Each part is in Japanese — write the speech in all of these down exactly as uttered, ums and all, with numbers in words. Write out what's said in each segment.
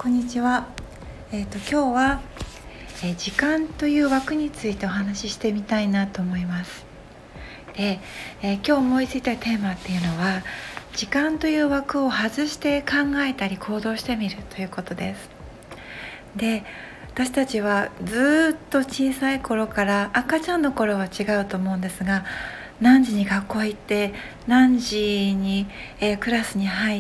こんにちは。えーと、今日は、えー時間という枠についてお話ししてみたいなと思います。で、えー今日思いついたテーマっていうのは、時間という枠を外して考えたり行動してみるということです。で、私たちはずっと小さい頃から、赤ちゃんの頃は違うと思うんですが、何時に学校行って何時に、えークラスに入って、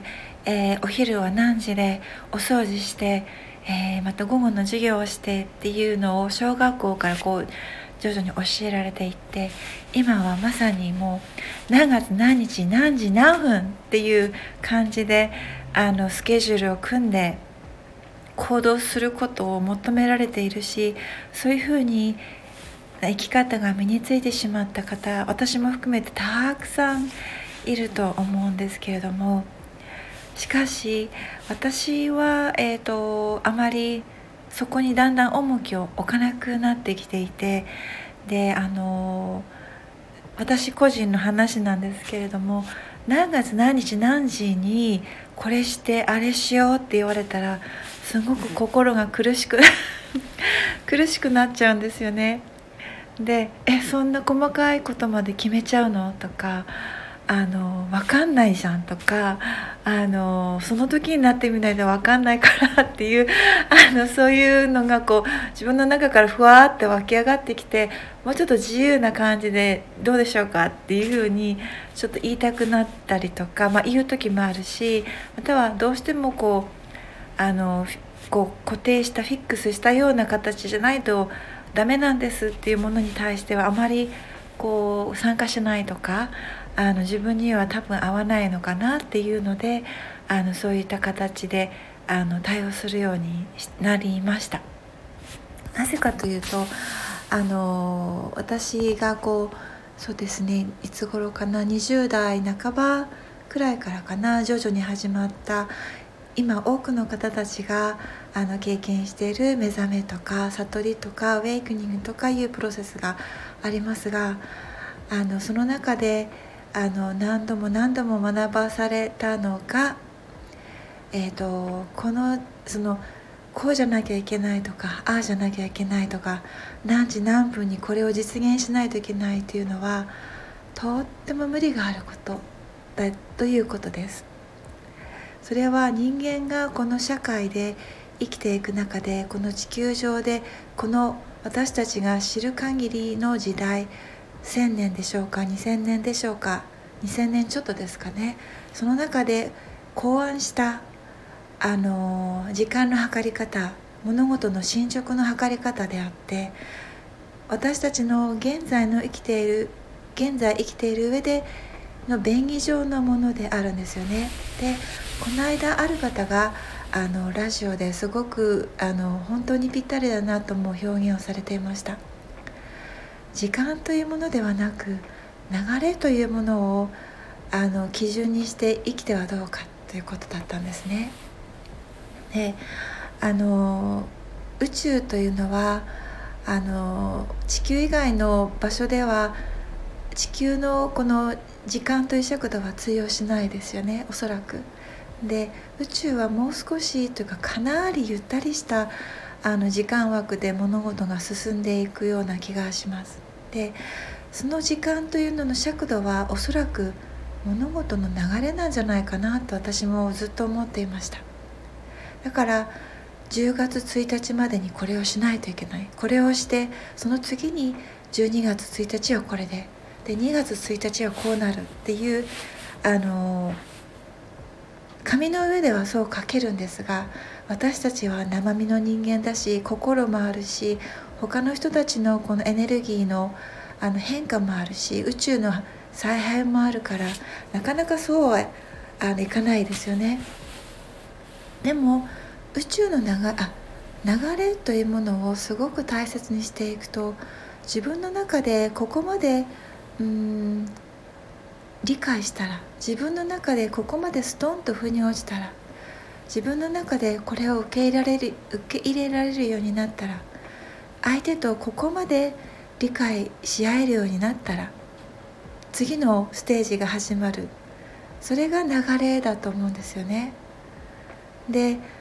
えーお昼は何時でお掃除して、えーまた午後の授業をしてっていうのを小学校からこう徐々に教えられていって、今はまさにもう何月何日何時何分っていう感じであのスケジュールを組んで行動することを求められているし、そういうふうに生き方が身についてしまった方、私も含めてたくさんいると思うんですけれども、しかし私は、えーと、あまりそこにだんだん重きを置かなくなってきていて、であの私個人の話なんですけれども、何月何日何時にこれしてあれしようって言われたら、すごく心が苦しく苦しくなっちゃうんですよね。で、えそんな細かいことまで決めちゃうのとか、あの分かんないじゃんとか、あのその時になってみないと分かんないからっていうあのそういうのがこう自分の中からふわーって湧き上がってきて、もうちょっと自由な感じでどうでしょうかっていうふうにちょっと言いたくなったりとか、まあ、言う時もあるし、またはどうしてもこうあのこう固定したフィックスしたような形じゃないとダメなんですっていうものに対してはあまりこう参加しないとか、あの自分には多分合わないのかなっていうので、あのそういった形であの対応するようになりました。なぜかというと、あの私がこうそうですね、いつ頃かな、にじゅう代半ばくらいからかな、徐々に始まった今多くの方たちがあの経験している目覚めとか悟りとかウェイクニングとかいうプロセスがありますが、あのその中であの何度も何度も学ばされたのが、えーと、このそのこうじゃなきゃいけないとか、ああじゃなきゃいけないとか、何時何分にこれを実現しないといけないというのはとっても無理があることだということです。それは人間がこの社会で生きていく中で、この地球上でこの私たちが知る限りの時代、せんねんでしょうか、にせんねんでしょうか、にせんねんちょっとですかね、その中で考案したあの時間の計り方、物事の進捗の計り方であって、私たちの現在の生きている現在生きている上での便宜上のものであるんですよね。で、この間ある方があのラジオですごくあの本当にぴったりだなと思う表現をされていました。時間というものではなく、流れというものをあの基準にして生きてはどうかということだったんですね。で、あの宇宙というのはあの地球以外の場所では地球のこの時間という尺度は通用しないですよね、おそらく。で、宇宙はもう少しというか、かなりゆったりしたあの時間枠で物事が進んでいくような気がします。で、その時間というのの尺度はおそらく物事の流れなんじゃないかなと私もずっと思っていました。だからじゅうがつついたちまでにこれをしないといけない、これをしてその次にじゅうにがつついたちはこれで、でにがつついたちはこうなるっていうあの紙の上ではそう書けるんですが、私たちは生身の人間だし、心もあるし、他の人たちのこのエネルギーのあの変化もあるし、宇宙の采配もあるから、なかなかそうはあのいかないですよね。でも宇宙の流れ、あ流れというものをすごく大切にしていくと、自分の中でここまでうーん理解したら、自分の中でここまでストンと腑に落ちたら、自分の中でこれを受け入れられる受け入れられるようになったら、相手とここまで理解し合えるようになったら、次のステージが始まる。それが流れだと思うんですよね。で、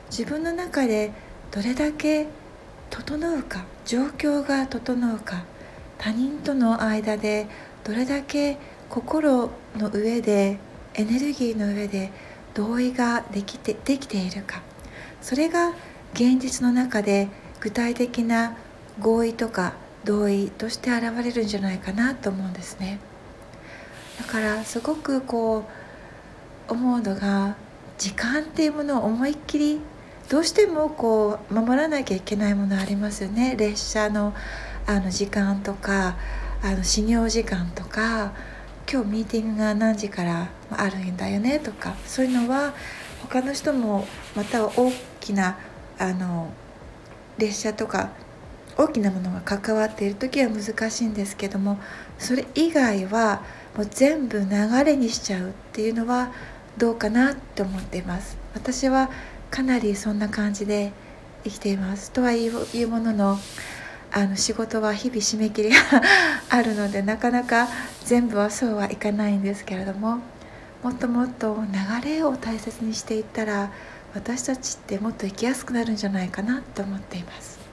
自分の中でどれだけ整うか、状況が整うか、他人との間でどれだけ心の上で、エネルギーの上で同意ができて、できているか、それが現実の中で具体的な合意とか同意として現れるんじゃないかなと思うんですね。だからすごくこう思うのが、時間っていうものを思いっきりどうしてもこう守らなきゃいけないものありますよね。列車のあの時間とか、あの始業時間とか、今日ミーティングが何時からあるんだよねとか、そういうのは他の人もまたは大きなあの列車とか大きなものが関わっている時は難しいんですけども、それ以外はもう全部流れにしちゃうっていうのはどうかなって思っています。私はかなりそんな感じで生きています。とはいうものの、あの仕事は日々締め切りがあるので、なかなか全部はそうはいかないんですけれども、もっともっと流れを大切にしていったら、私たちってもっと生きやすくなるんじゃないかなと思っています。